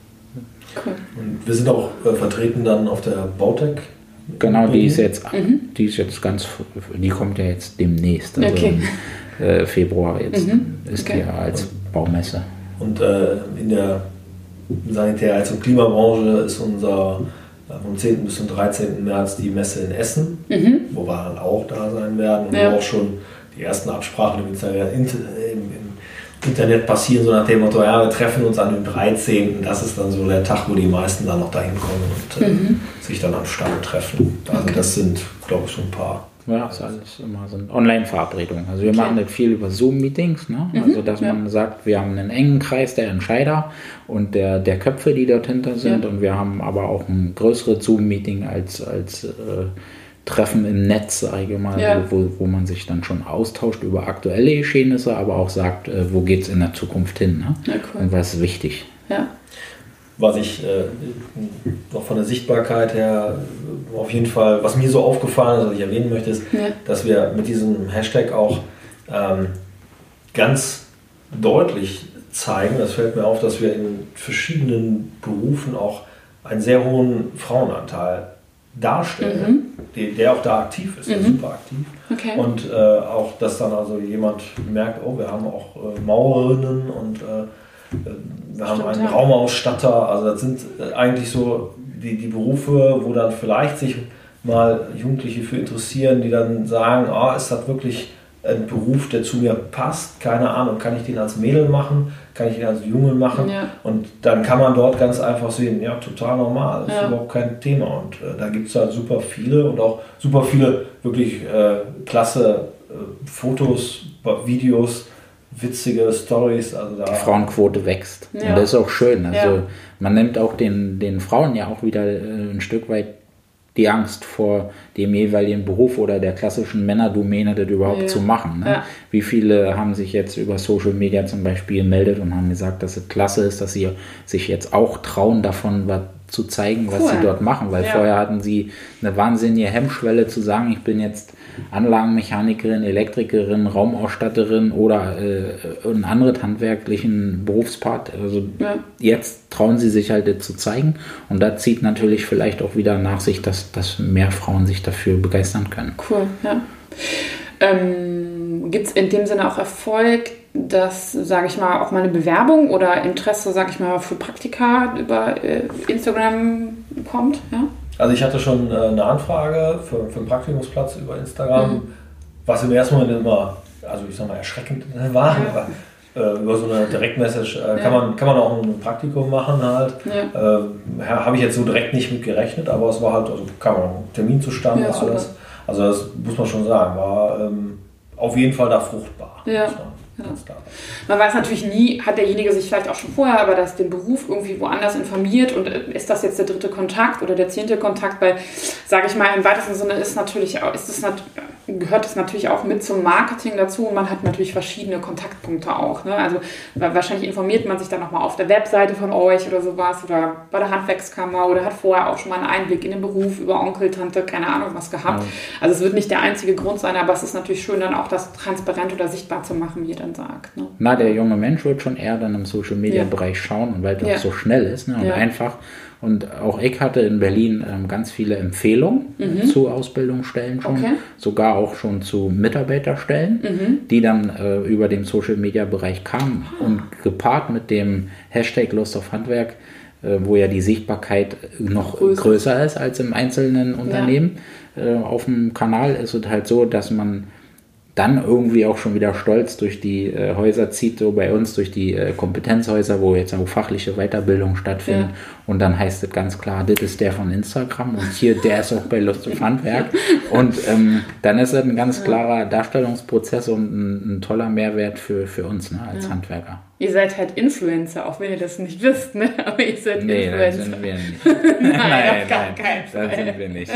Cool. Und wir sind auch äh, vertreten dann auf der Bautech. Genau, die Berlin. ist jetzt, die ist jetzt ganz, die kommt ja jetzt demnächst, also Okay. im äh, Februar jetzt Mhm. ist Okay. die ja als Baumesse. Und äh, in der Sanitär- als und Klimabranche ist unser äh, vom zehnten bis zum dreizehnten März die Messe in Essen, Mhm. wo wir dann auch da sein werden und Ja. wo auch schon die ersten Absprachen im, Inter- im, im Internet passieren, so nach dem Motto, ja, wir treffen uns an dem dreizehnten Das ist dann so der Tag, wo die meisten dann noch dahin kommen und äh, Mhm. sich dann am Stand treffen. Also Okay. das sind, glaube ich, schon ein paar. Ja, ist alles immer so eine Online-Verabredung. Also wir Okay. machen das viel über Zoom-Meetings, ne? Mhm, Also dass ja. man sagt, wir haben einen engen Kreis der Entscheider und der, der Köpfe, die dort hinter sind Ja. und wir haben aber auch ein größeres Zoom-Meeting als, als äh, Treffen im Netz, sage ich mal, Ja. wo, wo man sich dann schon austauscht über aktuelle Geschehnisse, aber auch sagt, äh, wo geht es in der Zukunft hin, ne? Ja, cool. Und was ist wichtig. Ja. Was ich äh, noch von der Sichtbarkeit her äh, auf jeden Fall, was mir so aufgefallen ist, was ich erwähnen möchte, ist, Ja. dass wir mit diesem Hashtag auch ähm, ganz deutlich zeigen, das fällt mir auf, dass wir in verschiedenen Berufen auch einen sehr hohen Frauenanteil darstellen, Mhm. der, der auch da aktiv ist, der ist Mhm. super aktiv. Okay. Und äh, auch, dass dann also jemand merkt, oh, wir haben auch äh, Maurerinnen und äh, wir haben Stimmt, einen ja. Raumausstatter, also das sind äh, eigentlich so die, die Berufe, wo dann vielleicht sich mal Jugendliche für interessieren, die dann sagen, ah, ist das wirklich ein Beruf, der zu mir passt? Keine Ahnung, kann ich den als Mädel machen? Kann ich den als Junge machen? Ja. Und dann kann man dort ganz einfach sehen, ja, total normal, das ist Ja. überhaupt kein Thema. Und äh, da gibt es halt super viele und auch super viele wirklich äh, klasse äh, Fotos, Videos, witzige Stories. Also da Die Frauenquote wächst. Ja. Und das ist auch schön. Also Ja. man nimmt auch den, den Frauen ja auch wieder äh, ein Stück weit die Angst vor dem jeweiligen Beruf oder der klassischen Männerdomäne, das überhaupt Ja. zu machen. Ne? Ja. Wie viele haben sich jetzt über Social Media zum Beispiel gemeldet und haben gesagt, dass es klasse ist, dass sie sich jetzt auch trauen, davon was zu zeigen, was Cool. sie dort machen. Weil Ja. vorher hatten sie eine wahnsinnige Hemmschwelle zu sagen, ich bin jetzt Anlagenmechanikerin, Elektrikerin, Raumausstatterin oder äh, einen anderen handwerklichen Berufspart. Also Ja. jetzt trauen sie sich halt das zu zeigen und da zieht natürlich vielleicht auch wieder nach sich, dass, dass mehr Frauen sich dafür begeistern können. Cool, ja. Ähm, Gibt es in dem Sinne auch Erfolg, dass, sage ich mal, auch mal eine Bewerbung oder Interesse, sage ich mal, für Praktika über äh, Instagram kommt? Ja? Also ich hatte schon äh, eine Anfrage für, für einen Praktikumsplatz über Instagram, Mhm. was im ersten Moment immer, also ich sag mal, erschreckend war. Ja. Aber, äh, über so eine Direktmessage äh, Ja. kann, man, kann man auch ein Praktikum machen halt. Ja. Äh, Habe ich jetzt so direkt nicht mit gerechnet, aber es war halt, also kam auch ein Termin zustande, Ja, super. alles. Also das muss man schon sagen, war ähm, auf jeden Fall da fruchtbar. Ja. muss man ganz klar sagen. Man weiß natürlich nie, hat derjenige sich vielleicht auch schon vorher über das, den Beruf irgendwie woanders informiert und äh, ist das jetzt der dritte Kontakt oder der zehnte Kontakt, weil, sage ich mal, im weitesten Sinne ist natürlich auch, ist das nat- gehört es natürlich auch mit zum Marketing dazu und man hat natürlich verschiedene Kontaktpunkte auch. Ne? Also wa- wahrscheinlich informiert man sich dann nochmal auf der Webseite von euch oder sowas oder bei der Handwerkskammer oder hat vorher auch schon mal einen Einblick in den Beruf über Onkel, Tante, keine Ahnung was gehabt. Ja. Also es wird nicht der einzige Grund sein, aber es ist natürlich schön, dann auch das transparent oder sichtbar zu machen, wie ihr dann sagt. Ne? Na, der junge Mensch wird schon eher dann im Social-Media-Bereich schauen, und weil das Ja. so schnell ist, ne, und Ja. einfach. Und auch ich hatte in Berlin ähm, ganz viele Empfehlungen zu Ausbildungsstellen schon, Okay. sogar auch schon zu Mitarbeiterstellen, die dann äh, über den Social-Media-Bereich kamen und gepaart mit dem Hashtag Lust auf Handwerk, äh, wo ja die Sichtbarkeit noch Größer. größer, ist als im einzelnen Unternehmen. Äh, auf dem Kanal ist es halt so, dass man dann irgendwie auch schon wieder stolz durch die äh, Häuser zieht, so bei uns durch die äh, Kompetenzhäuser, wo jetzt auch fachliche Weiterbildung stattfindet. Ja. Und dann heißt es ganz klar, das ist der von Instagram und hier, der ist auch bei Lust auf Handwerk. Und ähm, dann ist es ein ganz klarer Darstellungsprozess und ein, ein toller Mehrwert für, für uns, ne, als Ja. Handwerker. Ihr seid halt Influencer, auch wenn ihr das nicht wisst, ne? Aber ihr seid Nee, das Influencer. sind wir nicht. Nein, auf gar keinen Fall. das sind wir nicht.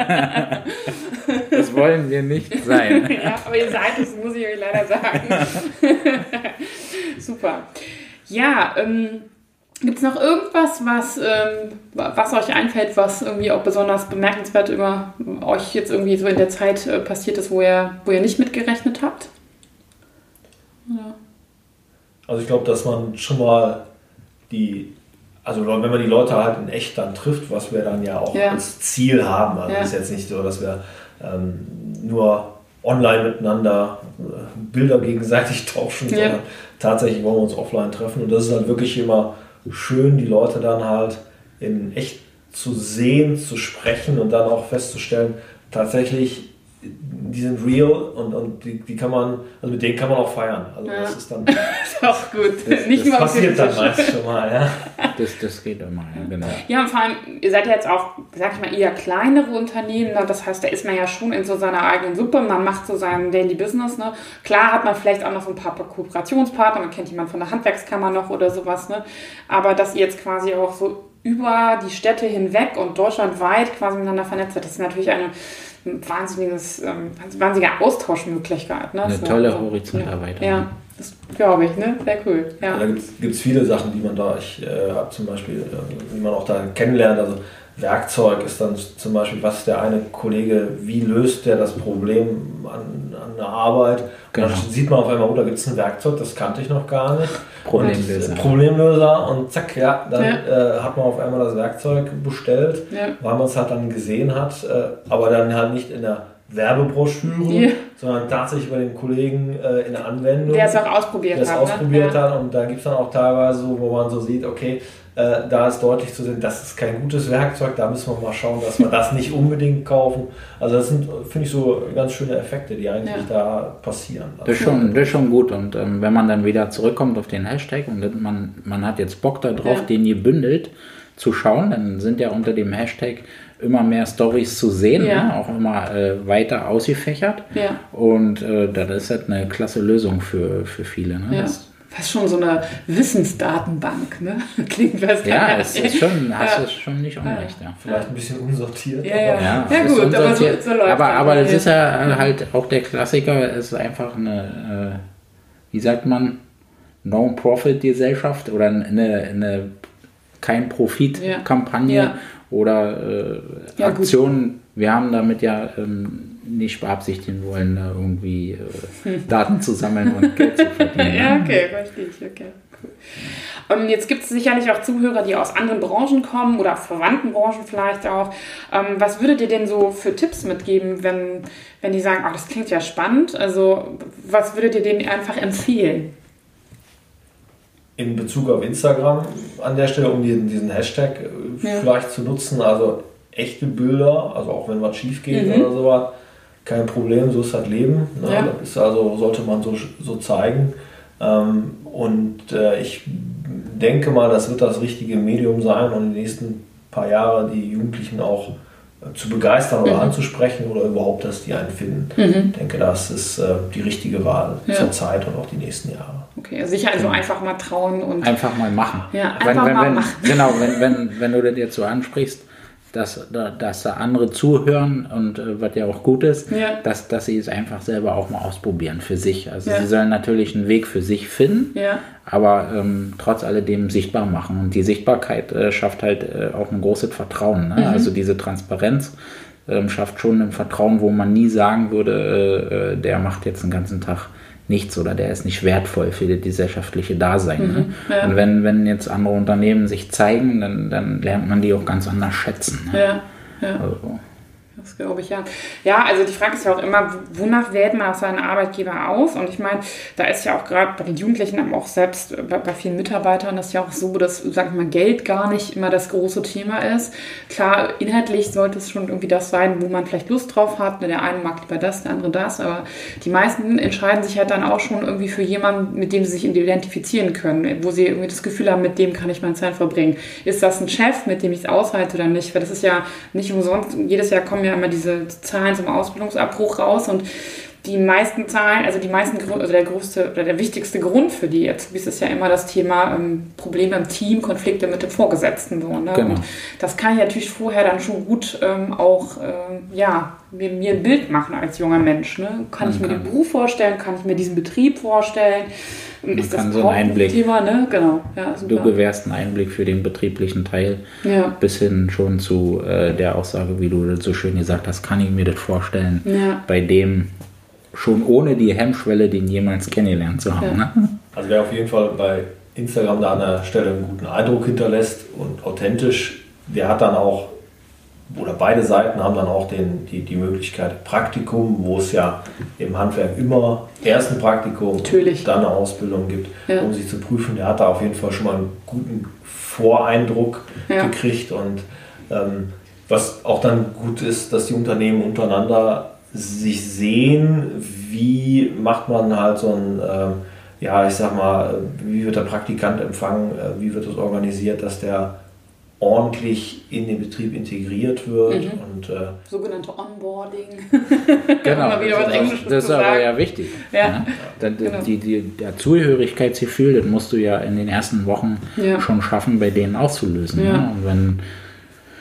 Das wollen wir nicht sein. Ja, aber ihr seid es, muss ich euch leider sagen. Super. Ja, ähm, gibt es noch irgendwas, was, ähm, was euch einfällt, was irgendwie auch besonders bemerkenswert über euch jetzt irgendwie so in der Zeit äh, passiert ist, wo ihr, wo ihr nicht mitgerechnet habt? Ja. Also ich glaube, dass man schon mal die, also wenn man die Leute halt in echt dann trifft, was wir dann ja auch Ja. als Ziel haben. Also Ja. es ist jetzt nicht so, dass wir ähm, nur online miteinander äh, Bilder gegenseitig tauschen, Ja. sondern tatsächlich wollen wir uns offline treffen. Und das ist halt wirklich immer schön, die Leute dann halt in echt zu sehen, zu sprechen und dann auch festzustellen, tatsächlich, die sind real und, und die, die kann man, also mit denen kann man auch feiern. Also Ja. das ist dann, Ist auch gut. das, nicht das nur auf dem passiert dann Tisch. meist schon mal, ja. Das, das geht immer, ja, genau. Ja, und vor allem, ihr seid ja jetzt auch, sag ich mal, eher kleinere Unternehmen. Ne? Das heißt, da ist man ja schon in so seiner eigenen Suppe. Man macht so sein Daily Business. Ne? Klar hat man vielleicht auch noch so ein paar Kooperationspartner. Man kennt jemanden von der Handwerkskammer noch oder sowas. Ne? Aber dass ihr jetzt quasi auch so über die Städte hinweg und deutschlandweit quasi miteinander vernetzt seid, das ist natürlich eine ein wahnsinniges, ähm, wahnsinnige Austauschmöglichkeit. Ne? Eine so, tolle so. Horizonterweiterung. Ja, ja, das glaube ich, ne? Sehr cool. Ja. Ja, da gibt es viele Sachen, die man da, ich äh, habe zum Beispiel, äh, wie man auch da kennenlernt, also Werkzeug ist dann zum Beispiel, was der eine Kollege, wie löst der das Problem an, an der Arbeit? Genau. Dann sieht man auf einmal, oh, da gibt es ein Werkzeug, das kannte ich noch gar nicht. Problemlöser. Und, Problemlöser und zack, ja, dann ja. Äh, hat man auf einmal das Werkzeug bestellt, ja. weil man es halt dann gesehen hat, äh, aber dann halt nicht in der Werbebroschüre, ja. sondern tatsächlich bei dem Kollegen äh, in der Anwendung. Der es auch ausprobiert der es hat. ausprobiert ne? hat und da gibt es dann auch teilweise so, wo man so sieht, okay, äh, da ist deutlich zu sehen, das ist kein gutes Werkzeug, da müssen wir mal schauen, dass wir das nicht unbedingt kaufen. Also das sind, finde ich, so ganz schöne Effekte, die eigentlich ja. da passieren. Das ist schon, das ist schon gut und ähm, wenn man dann wieder zurückkommt auf den Hashtag und man, man hat jetzt Bock darauf, ja. den gebündelt zu schauen, dann sind ja unter dem Hashtag immer mehr Storys zu sehen, ja. ne? Auch immer äh, weiter ausgefächert. Ja. Und äh, das ist halt eine klasse Lösung für, für viele. Ne? Ja. Das, fast schon so eine Wissensdatenbank, ne? Klingt was ja, es ist schon, hast ja. schon nicht unrecht. Ja. Vielleicht ein bisschen unsortiert. Ja, ja. Aber, ja, ja gut, aber so, so läuft Aber, aber das ja. ist ja halt auch der Klassiker, es ist einfach eine, äh, wie sagt man, Non-Profit-Gesellschaft oder eine, eine Kein-Profit-Kampagne. Ja. Ja. Oder äh, ja, Aktionen, gut. Wir haben damit ja ähm, nicht beabsichtigen wollen, da irgendwie äh, hm. Daten zu sammeln und Geld zu verdienen. Ja, okay, verstehe ich, okay, cool. Und jetzt gibt es sicherlich auch Zuhörer, die aus anderen Branchen kommen oder aus verwandten Branchen vielleicht auch. Ähm, was würdet ihr denn so für Tipps mitgeben, wenn, wenn die sagen, ach, das klingt ja spannend, also was würdet ihr denen einfach empfehlen? In Bezug auf Instagram an der Stelle, um diesen, diesen Hashtag ja. vielleicht zu nutzen, also echte Bilder, also auch wenn was schief geht mhm. oder sowas, kein Problem, so ist das Leben. Ne? Ja. Das ist also, sollte man so, so zeigen. Ähm, und äh, ich denke mal, das wird das richtige Medium sein und in den nächsten paar Jahren die Jugendlichen auch zu begeistern oder mhm. anzusprechen oder überhaupt, dass die einen finden. Mhm. Ich denke, das ist äh, die richtige Wahl ja. zur Zeit und auch die nächsten Jahre. Okay, sicher, also einfach mal trauen und... Einfach mal machen. Ja, einfach wenn, wenn, mal wenn, machen. Genau, wenn, wenn, wenn du das jetzt so ansprichst, dass, dass da andere zuhören und äh, was ja auch gut ist, ja. dass, dass sie es einfach selber auch mal ausprobieren für sich. Also ja. sie sollen natürlich einen Weg für sich finden, ja. aber ähm, trotz alledem sichtbar machen. Und die Sichtbarkeit äh, schafft halt äh, auch ein großes Vertrauen. Ne? Mhm. Also diese Transparenz äh, schafft schon ein Vertrauen, wo man nie sagen würde, äh, der macht jetzt den ganzen Tag nichts oder der ist nicht wertvoll für das gesellschaftliche Dasein. Mhm, ne? ja. Und wenn, wenn jetzt andere Unternehmen sich zeigen, dann, dann lernt man die auch ganz anders schätzen. Ne? Ja, ja. Also. Das glaube ich, ja. Ja, also die Frage ist ja auch immer, wonach wählt man auch seinen Arbeitgeber aus? Und ich meine, da ist ja auch gerade bei den Jugendlichen, aber auch selbst bei, bei vielen Mitarbeitern, das ist ja auch so, dass, sag ich mal, Geld gar nicht immer das große Thema ist. Klar, inhaltlich sollte es schon irgendwie das sein, wo man vielleicht Lust drauf hat. Der eine mag lieber das, der andere das, aber die meisten entscheiden sich halt dann auch schon irgendwie für jemanden, mit dem sie sich identifizieren können, wo sie irgendwie das Gefühl haben, mit dem kann ich meine Zeit verbringen. Ist das ein Chef, mit dem ich es aushalte oder nicht? Weil das ist ja nicht umsonst, jedes Jahr kommen ja immer diese Zahlen zum Ausbildungsabbruch raus und die meisten Zahlen, also die meisten, also der größte oder der wichtigste Grund für die Azubis ist ja immer das Thema ähm, Probleme im Team, Konflikte mit dem Vorgesetzten. So, ne? Genau. Und das kann ich natürlich vorher dann schon gut ähm, auch ähm, ja, mir, mir ein Bild machen als junger Mensch. Ne? Kann Man ich mir kann. den Beruf vorstellen, kann ich mir diesen Betrieb vorstellen? Man ist kann das so einen Einblick. Thema, ne? Genau. Ja, du gewährst einen Einblick für den betrieblichen Teil, ja. bis hin schon zu äh, der Aussage, wie du das so schön gesagt hast, kann ich mir das vorstellen, ja. bei dem schon ohne die Hemmschwelle, den jemals kennengelernt zu haben. Ja. Ne? Also wer auf jeden Fall bei Instagram da an der Stelle einen guten Eindruck hinterlässt und authentisch, der hat dann auch, oder beide Seiten haben dann auch den, die, die Möglichkeit Praktikum, wo es ja im Handwerk immer erst ein Praktikum, Natürlich. dann eine Ausbildung gibt, ja. um sich zu prüfen. Der hat da auf jeden Fall schon mal einen guten Voreindruck ja. gekriegt und ähm, was auch dann gut ist, dass die Unternehmen untereinander sich sehen, wie macht man halt so ein, ähm, ja ich sag mal, wie wird der Praktikant empfangen, äh, wie wird das organisiert, dass der ordentlich in den Betrieb integriert wird. Mhm. Und, äh, sogenannte Onboarding. Genau, mal wieder was Englisches das ist aber sagen. Ja wichtig. Ja. Ja. Ja. Genau. Die, die, der Zugehörigkeitsgefühl, das musst du ja in den ersten Wochen ja. schon schaffen, bei denen auszulösen. Ja. Ne? Und wenn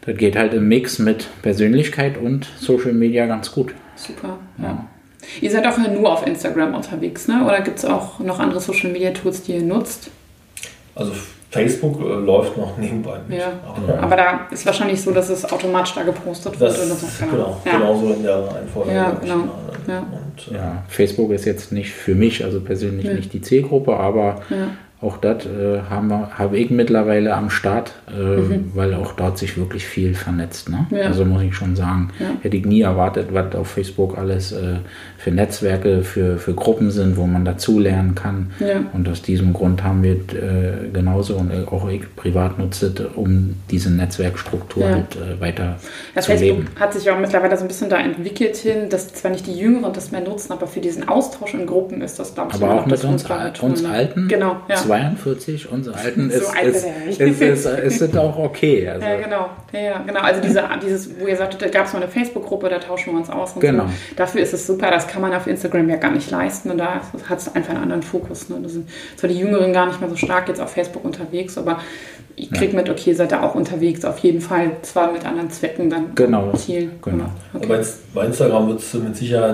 das geht halt im Mix mit Persönlichkeit und Social Media ganz gut. Super, ja. ja. Ihr seid auch nur auf Instagram unterwegs, ne? Oder gibt es auch noch andere Social Media Tools, die ihr nutzt? Also Facebook äh, läuft noch nebenbei mit. Ja. Aber, aber da ist wahrscheinlich so, dass es automatisch da gepostet wird. Das, oder so. Genau, ja. genauso in der Reihenfolge. Ja, genau. Ja. Und, äh, ja, Facebook ist jetzt nicht für mich, also persönlich ja. nicht die Zielgruppe, aber ja. auch das äh, habe hab ich mittlerweile am Start, äh, mhm. weil auch dort sich wirklich viel vernetzt. Ne? Ja. Also muss ich schon sagen, ja. hätte ich nie erwartet, was auf Facebook alles äh, für Netzwerke, für, für Gruppen sind, wo man dazulernen kann. Ja. Und aus diesem Grund haben wir äh, genauso und auch ich privat nutze, um diese Netzwerkstruktur ja. halt, äh, weiter das zu Facebook leben. Hat sich auch mittlerweile so ein bisschen da entwickelt hin, dass zwar nicht die Jüngeren das mehr nutzen, aber für diesen Austausch in Gruppen ist das, glaube ich, aber auch mit uns, uns Alten. Genau, ja. zweiundvierzig, uns Alten, so ist, ist, ist, ist, ist, ist auch okay. Also. Ja, genau. Ja, genau. Also diese, dieses, wo ihr sagtet, da gab es mal eine Facebook-Gruppe, da tauschen wir uns aus. Und genau. so. Dafür ist es super, das kann man auf Instagram ja gar nicht leisten. Und da hat es einfach einen anderen Fokus. Ne? Da sind zwar die Jüngeren gar nicht mehr so stark jetzt auf Facebook unterwegs, aber ich kriege ja. mit, okay, seid ihr auch unterwegs, auf jeden Fall, zwar mit anderen Zwecken dann genau. Ziel. Genau. Okay. Aber bei Instagram wird es mit Sicherheit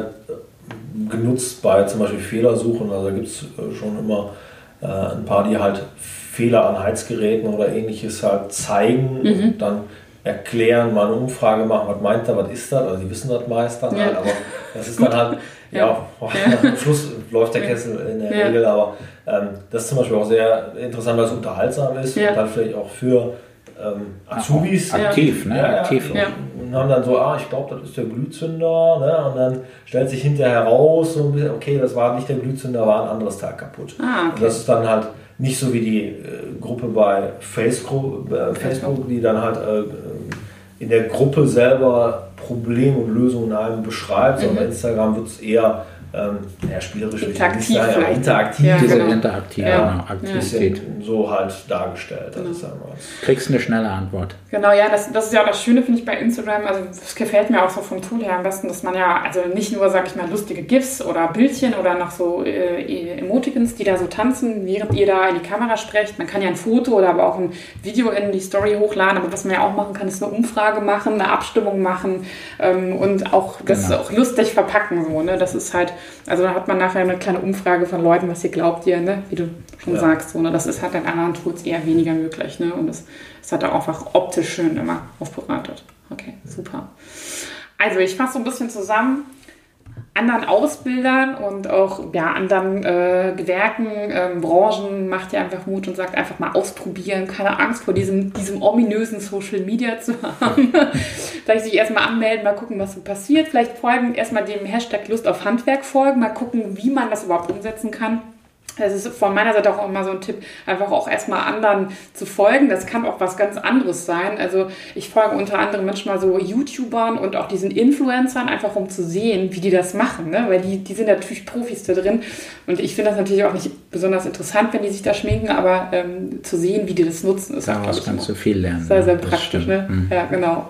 genutzt bei zum Beispiel Fehlersuchen. Also da gibt es schon immer äh, ein paar, die halt Fehler an Heizgeräten oder ähnliches halt zeigen mhm. und dann erklären, mal eine Umfrage machen, was meint er, was ist das? Also die wissen das meist dann ja. halt, aber das ist dann halt, ja, ja. ja. am Schluss läuft der Kessel in der ja. Regel, aber ähm, das ist zum Beispiel auch sehr interessant, weil es unterhaltsam ist ja. und dann vielleicht auch für ähm, Azubis. Aktiv, ja. ne? Ja, Aktiv. Ja. Und haben dann so, ah, ich glaube, das ist der Glühzünder, ne? Und dann stellt sich hinterher heraus, so ein bisschen, okay, das war nicht der Glühzünder, war ein anderes Teil kaputt. Ah, okay. Und das ist dann halt nicht so wie die äh, Gruppe bei Facebook, äh, Facebook, die dann halt äh, in der Gruppe selber Probleme und Lösungen in einem beschreibt, sondern mhm. bei Instagram wird es eher ähm, ja, spielerisch, interaktiv, sagen, aber interaktiv. Ja, diese genau. interaktive ja. Aktivität. So halt dargestellt. Genau. Also, kriegst eine schnelle Antwort. Genau, ja, das, das ist ja auch das Schöne, finde ich, bei Instagram. Also es gefällt mir auch so vom Tool her am besten, dass man ja, also nicht nur, sag ich mal, lustige GIFs oder Bildchen oder noch so äh, Emoticons, die da so tanzen, während ihr da in die Kamera sprecht. Man kann ja ein Foto oder aber auch ein Video in die Story hochladen, aber was man ja auch machen kann, ist eine Umfrage machen, eine Abstimmung machen ähm, und auch das genau. auch lustig verpacken. So, ne? Das ist halt, also da hat man nachher eine kleine Umfrage von Leuten, was ihr glaubt ihr, ne? Wie du schon ja. sagst. So, ne? Das ist halt in anderen Tools eher weniger möglich. Ne? Und das, das hat er auch einfach optisch schön immer aufbereitet. Okay, super. Also ich fasse so ein bisschen zusammen. Anderen Ausbildern und auch ja, anderen äh, Gewerken, ähm, Branchen macht ihr einfach Mut und sagt einfach mal ausprobieren, keine Angst vor diesem, diesem ominösen Social Media zu haben. Vielleicht sich erstmal anmelden, mal gucken, was so passiert. Vielleicht folgen erstmal dem Hashtag Lust auf Handwerk folgen, mal gucken, wie man das überhaupt umsetzen kann. Das ist von meiner Seite auch immer so ein Tipp, einfach auch erstmal anderen zu folgen. Das kann auch was ganz anderes sein. Also ich folge unter anderem manchmal so YouTubern und auch diesen Influencern, einfach um zu sehen, wie die das machen. Ne? Weil die, die sind natürlich Profis da drin. Und ich finde das natürlich auch nicht besonders interessant, wenn die sich da schminken, aber ähm, zu sehen, wie die das nutzen, ist daraus kannst du viel lernen. Sehr, sehr praktisch. Ne? Mhm. Ja, genau.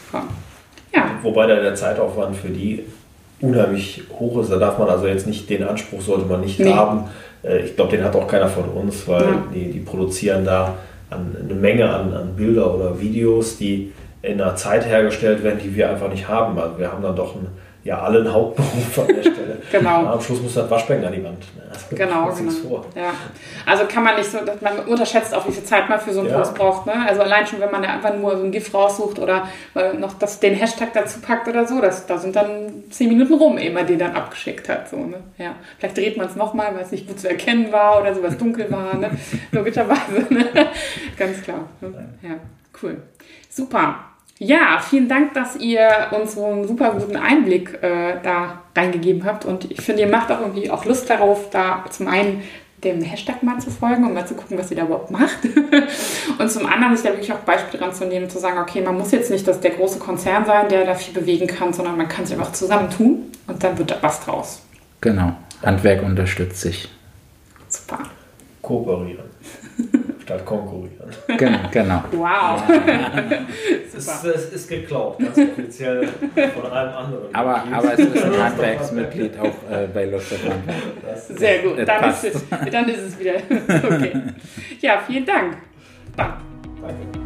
Ja. Wobei da der Zeitaufwand für die unheimlich hoch ist. Da darf man also jetzt nicht, den Anspruch sollte man nicht nee. haben. Ich glaube, den hat auch keiner von uns, weil ja. die, die produzieren da an, eine Menge an, an Bilder oder Videos, die in einer Zeit hergestellt werden, die wir einfach nicht haben. Also wir haben dann doch ein, ja, alle einen Hauptberuf an der Stelle. Genau. Ja, am Schluss muss das Waschbecken an die Wand. Also genau, genau. Ja. Also kann man nicht so, dass man unterschätzt auch, wie viel Zeit man für so einen ja. Post braucht. Ne? Also allein schon, wenn man einfach nur so ein GIF raussucht oder noch das, den Hashtag dazu packt oder so, das, da sind dann zehn Minuten rum, ehe man den dann abgeschickt hat. So, ne? Ja. Vielleicht dreht man es nochmal, weil es nicht gut zu erkennen war oder so, was dunkel war. Ne? Logischerweise. Ne? Ganz klar. Ne? Ja, cool. Super. Ja, vielen Dank, dass ihr uns so einen super guten Einblick äh, da reingegeben habt und ich finde, ihr macht auch irgendwie auch Lust darauf, da zum einen dem Hashtag mal zu folgen und mal zu gucken, was ihr da überhaupt macht und zum anderen sich da wirklich auch Beispiele dran zu nehmen, zu sagen, okay, man muss jetzt nicht das der große Konzern sein, der da viel bewegen kann, sondern man kann sich einfach zusammen tun und dann wird da was draus. Genau, Handwerk unterstützt sich. Super. Kooperieren. Statt konkurrieren. Genau, genau. Wow. es, ist, es ist geklaut, ganz offiziell von einem anderen. Aber, aber es ist ein Handwerksmitglied auch äh, bei Lust auf Handwerk. Sehr gut, dann ist, es, dann ist es wieder okay. Ja, vielen Dank. Danke. Danke.